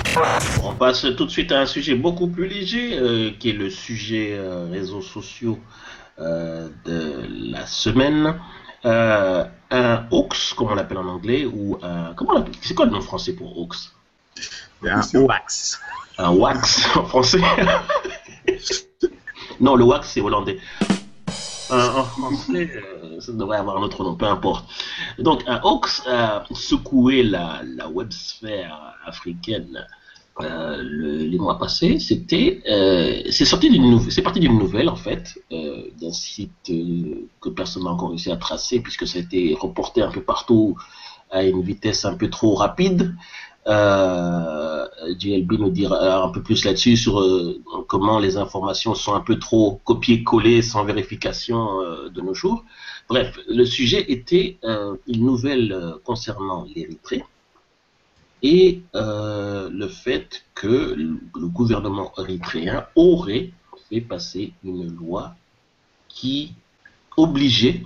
On passe tout de suite à un sujet beaucoup plus léger, qui est le sujet réseaux sociaux de la semaine. Un hoax, comme on l'appelle en anglais, ou un... Comment on l'appelle? C'est quoi le nom français pour hoax? Bonne Un question. wax. Un wax en français? Non, le wax c'est hollandais. En français, ça devrait avoir un autre nom, peu importe. Donc, un hoax a secoué la web sphère africaine les mois passés. C'est sorti c'est parti d'une nouvelle en fait, d'un site que personne n'a encore réussi à tracer puisque ça a été reporté un peu partout à une vitesse un peu trop rapide. JLB nous dira un peu plus là-dessus sur comment les informations sont un peu trop copiées-collées sans vérification de nos jours. Bref, le sujet était une nouvelle concernant l'Érythrée et le fait que le gouvernement érythréen aurait fait passer une loi qui obligeait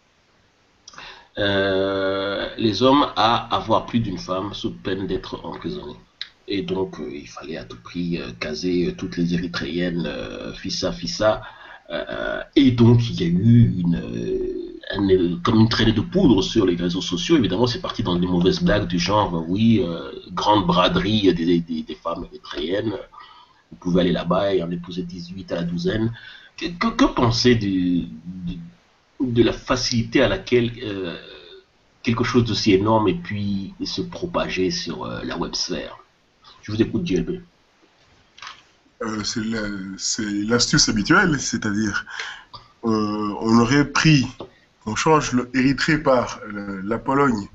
les hommes à avoir plus d'une femme sous peine d'être emprisonnés. Et donc, il fallait à tout prix caser toutes les Érythréennes, fissa, fissa. Et donc, il y a eu comme une traînée de poudre sur les réseaux sociaux. Évidemment, c'est parti dans des mauvaises blagues du genre, oui, grande braderie des femmes érythréennes. Vous pouvez aller là-bas et en épouser 18 à la douzaine. Que pensez de la facilité à laquelle quelque chose d'aussi énorme et puis se propager sur la web sphère? Je vous écoute, JLB. C'est l'astuce habituelle, c'est-à-dire on aurait pris, on change l'Érythrée par la Pologne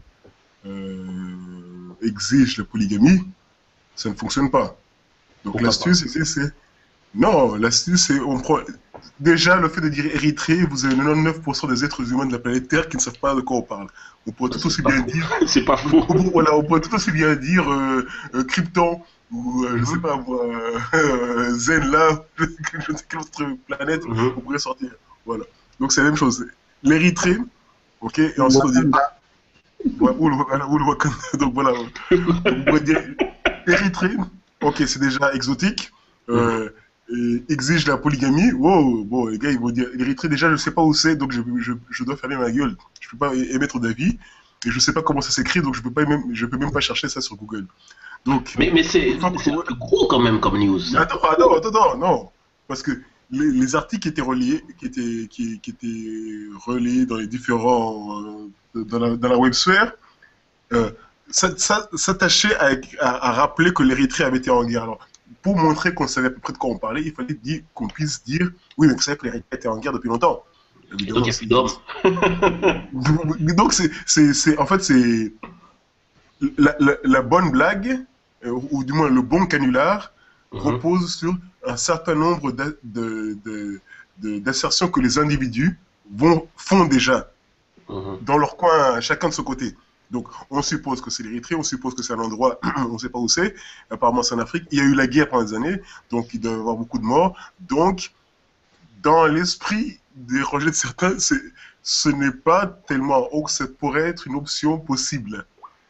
exige la polygamie, ça ne fonctionne pas. Donc l'astuce, c'est non, l'astuce, c'est on prend déjà le fait de dire Érythrée, vous avez 99% des êtres humains de la planète Terre qui ne savent pas de quoi on parle. On pourrait tout aussi bien dire, c'est pas faux. voilà, on pourrait tout aussi bien dire Krypton ou je sais pas moi, Zen là, je ne sais quelle autre planète on pourrait sortir. Voilà. Donc c'est la même chose. L'Érythrée, ok, et ensuite on dit ouais, ou le Wakanda. Donc voilà, on pourrait dire Érythrée, ok, c'est déjà exotique. Exige la polygamie. Wow, bon, les gars, ils vont dire l'Érythrée, déjà, je sais pas où c'est, donc je dois fermer ma gueule. Je peux pas émettre d'avis. Et je sais pas comment ça s'écrit, donc je peux même pas chercher ça sur Google. Donc, mais c'est un peu gros quand même comme news. Attends, non. Parce que les articles qui étaient reliés, qui étaient relayés dans les différents, dans la web sphère, s'attachait à rappeler que l'Érythrée avait été en guerre. Alors, pour montrer qu'on savait à peu près de quoi on parlait, il fallait qu'on puisse dire oui, mais vous savez que l'Érythrée était en guerre depuis longtemps. Évidemment, donc, il y a plus d'hommes. Donc, en fait, c'est la bonne blague, ou du moins le bon canular, repose sur un certain nombre d'assertions que les individus font déjà dans leur coin, chacun de son côté. Donc, on suppose que c'est l'Érythrée, on suppose que c'est un endroit, on ne sait pas où c'est. Apparemment, c'est en Afrique. Il y a eu la guerre pendant des années, donc il doit y avoir beaucoup de morts. Donc, dans l'esprit des rejets de certains, ce n'est pas tellement haut que ça pourrait être une option possible.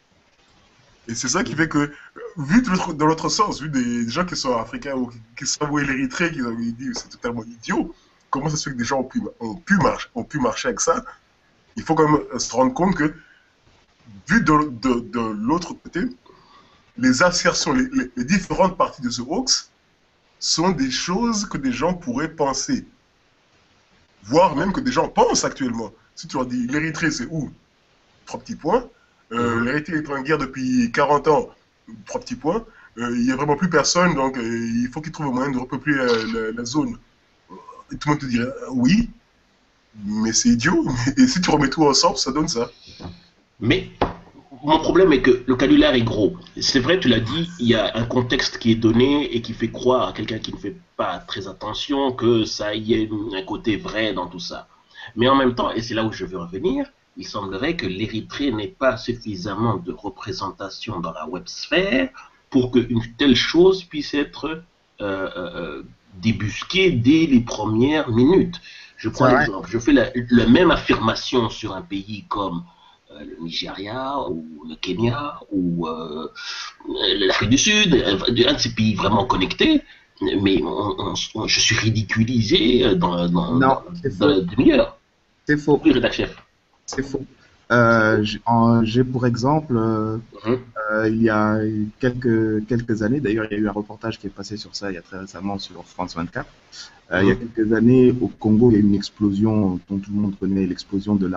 Et c'est ça qui fait que, vu dans l'autre sens, vu des gens qui sont africains ou qui savent où est l'Érythrée, qui disent c'est totalement idiot, comment ça se fait que des gens ont pu marcher avec ça? Il faut quand même se rendre compte que, vu de l'autre côté, les assertions, les différentes parties de ce hoax sont des choses que des gens pourraient penser. Voire même que des gens pensent actuellement. Si tu leur dis l'Érythrée, c'est où? 3 petits points. L'Érythrée est en guerre depuis 40 ans. 3 petits points. Il n'y a vraiment plus personne, donc il faut qu'ils trouvent un moyen de repeupler la zone. Et tout le monde te dirait oui, mais c'est idiot. Et si tu remets tout ensemble, ça donne ça. Mais mon problème est que le canular est gros. C'est vrai, tu l'as dit, il y a un contexte qui est donné et qui fait croire à quelqu'un qui ne fait pas très attention que ça y ait un côté vrai dans tout ça. Mais en même temps, et c'est là où je veux revenir, il semblerait que l'Érythrée n'ait pas suffisamment de représentation dans la web sphère pour qu'une telle chose puisse être débusquée dès les premières minutes. Je prends l'exemple, je fais la même affirmation sur un pays comme le Nigeria ou le Kenya ou l'Afrique du Sud, un de ces pays vraiment connectés, mais je suis ridiculisé Non, c'est dans la faux. demi-heure. C'est faux. Oui, rédacteur chef. C'est faux. J'ai pour exemple, il y a quelques années, d'ailleurs, il y a eu un reportage qui est passé sur ça il y a très récemment sur France 24. Il y a quelques années, au Congo, il y a eu une explosion dont tout le monde connaît, l'explosion de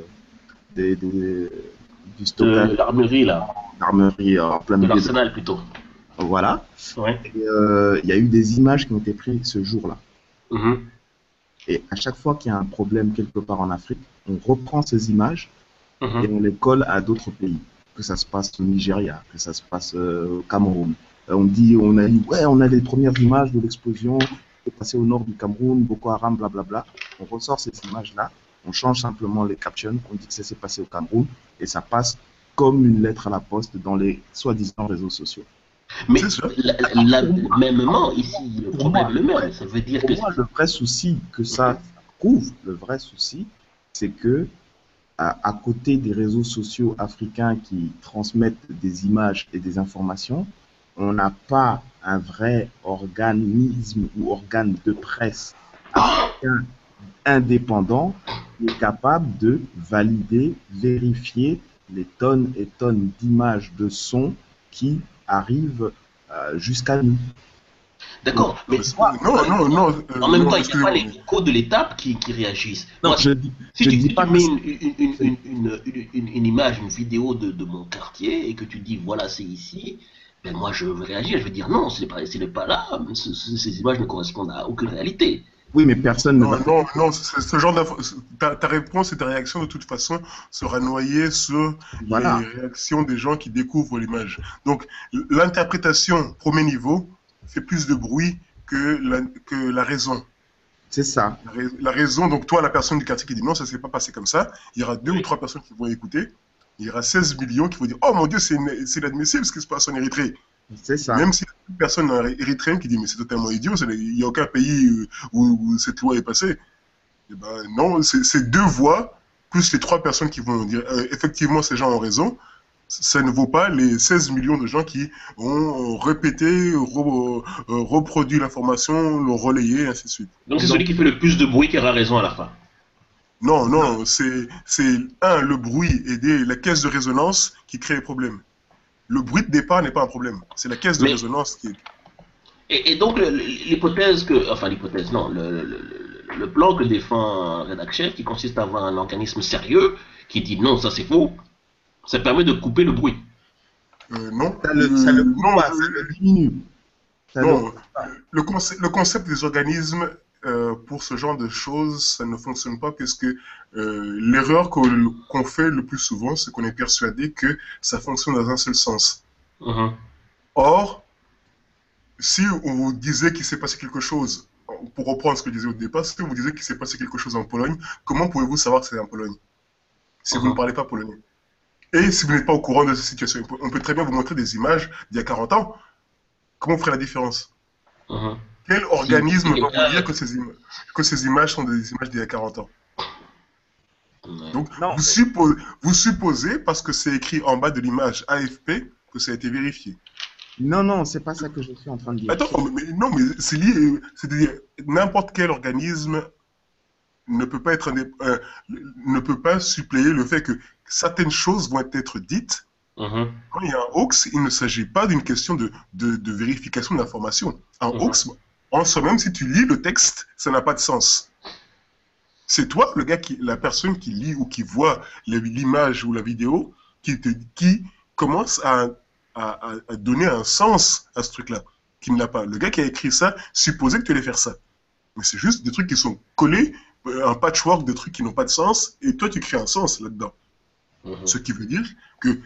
du stockage. De l'armurerie, là. L'armurerie en plein de milieu. L'arsenal, plutôt. Voilà. Ouais. Et, il y a eu des images qui ont été prises ce jour-là. Et à chaque fois qu'il y a un problème quelque part en Afrique, on reprend ces images et on les colle à d'autres pays. Que ça se passe au Nigeria, que ça se passe au Cameroun. On a dit, ouais, on a les premières images de l'explosion qui est passée au nord du Cameroun, Boko Haram, blablabla. On ressort ces images-là, on change simplement les captions, on dit que ça s'est passé au Cameroun et ça passe comme une lettre à la poste dans les soi-disant réseaux sociaux. Mais mêmement, ici, le problème le même. Ça veut dire que moi, le vrai souci que ça prouve, le vrai souci, c'est que à côté des réseaux sociaux africains qui transmettent des images et des informations, on n'a pas un vrai organisme ou organe de presse africain indépendant qui est capable de valider, vérifier les tonnes et tonnes d'images de sons qui arrivent jusqu'à nous. D'accord, mais non. En même temps, il n'y a pas les échos de l'étape qui réagissent. Non, moi, si tu mets une image, une vidéo de mon quartier et que tu dis voilà, c'est ici, ben moi je vais réagir, je vais dire non, ce n'est pas là, ces images ne correspondent à aucune réalité. Oui, mais personne ne va... Non, ce genre ta réponse et ta réaction de toute façon sera noyée sur les réactions des gens qui découvrent l'image. Donc l'interprétation premier niveau fait plus de bruit que la raison. C'est ça. La raison, donc toi, la personne du quartier qui dit non, ça ne s'est pas passé comme ça, il y aura 2 ou 3 personnes qui vont écouter, il y aura 16 millions qui vont dire oh mon Dieu, c'est inadmissible ce qui se passe en Érythrée. C'est ça. Même si une personne érythréenne qui dit mais c'est totalement idiot, il n'y a aucun pays où cette loi est passée. Et ben non, c'est 2 voix, plus les 3 personnes qui vont dire effectivement ces gens ont raison. Ça ne vaut pas les 16 millions de gens qui ont répété, reproduit l'information, l'ont relayé, ainsi de suite. Donc c'est celui qui fait le plus de bruit qui aura raison à la fin. Non, c'est le bruit et la caisse de résonance qui crée les problèmes. Le bruit de départ n'est pas un problème, c'est la caisse de résonance qui est... Et donc l'hypothèse non, le plan que défend Redac Chef, qui consiste à avoir un organisme sérieux, qui dit non, ça c'est faux, ça permet de couper le bruit. Non. Ça le diminue. Le concept des organismes pour ce genre de choses, ça ne fonctionne pas puisque l'erreur qu'on fait le plus souvent, c'est qu'on est persuadé que ça fonctionne dans un seul sens. Or, si on vous disait qu'il s'est passé quelque chose, pour reprendre ce que je disais au départ, si on vous disait qu'il s'est passé quelque chose en Pologne, comment pouvez-vous savoir que c'est en Pologne si vous ne parlez pas polonais? Et si vous n'êtes pas au courant de cette situation, on peut très bien vous montrer des images d'il y a 40 ans. Comment vous ferez la différence? Quel organisme va vous dire que ces images sont des images d'il y a 40 ans? Donc, vous supposez, parce que c'est écrit en bas de l'image AFP, que ça a été vérifié. Non, c'est pas ça que je suis en train de dire. Attends, mais c'est lié. C'est-à-dire, n'importe quel organisme ne peut pas suppléer le fait que certaines choses vont être dites. Quand il y a un hoax, il ne s'agit pas d'une question de vérification de l'information. Un hoax, en soi-même, si tu lis le texte, ça n'a pas de sens. C'est toi, la personne qui lit ou qui voit l'image ou la vidéo, qui commence à donner un sens à ce truc-là, qui ne l'a pas. Le gars qui a écrit ça supposait que tu allais faire ça. Mais c'est juste des trucs qui sont collés, un patchwork de trucs qui n'ont pas de sens, et toi tu crées un sens là-dedans. Ce qui veut dire que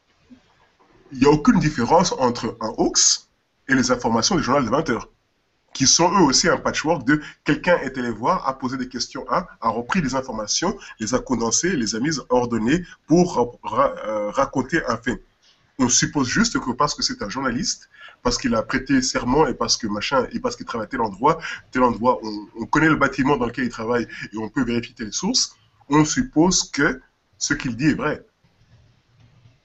il n'y a aucune différence entre un hoax et les informations du journal de 20 heures, qui sont eux aussi un patchwork de quelqu'un est allé voir, a posé des questions a repris les informations, les a condensées, les a mises ordonnées pour raconter un fait. On suppose juste que parce que c'est un journaliste, parce qu'il a prêté serment et parce que et parce qu'il travaille à tel endroit, on connaît le bâtiment dans lequel il travaille et on peut vérifier les sources, on suppose que ce qu'il dit est vrai.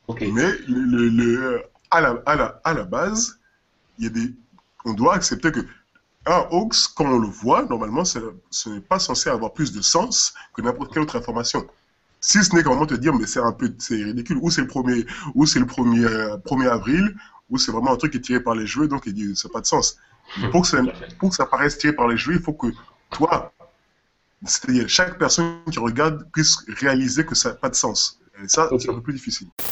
Okay. Mais à la base, on doit accepter que un hoax, comme on le voit, normalement, ce n'est pas censé avoir plus de sens que n'importe quelle autre information. Si ce n'est qu'à te dire, mais c'est ridicule, ou c'est le 1er avril, ou c'est vraiment un truc qui est tiré par les cheveux, donc ça n'a pas de sens. Pour que ça paraisse tiré par les cheveux, il faut que toi, c'est-à-dire chaque personne qui regarde puisse réaliser que ça n'a pas de sens. Et ça, c'est un peu plus difficile.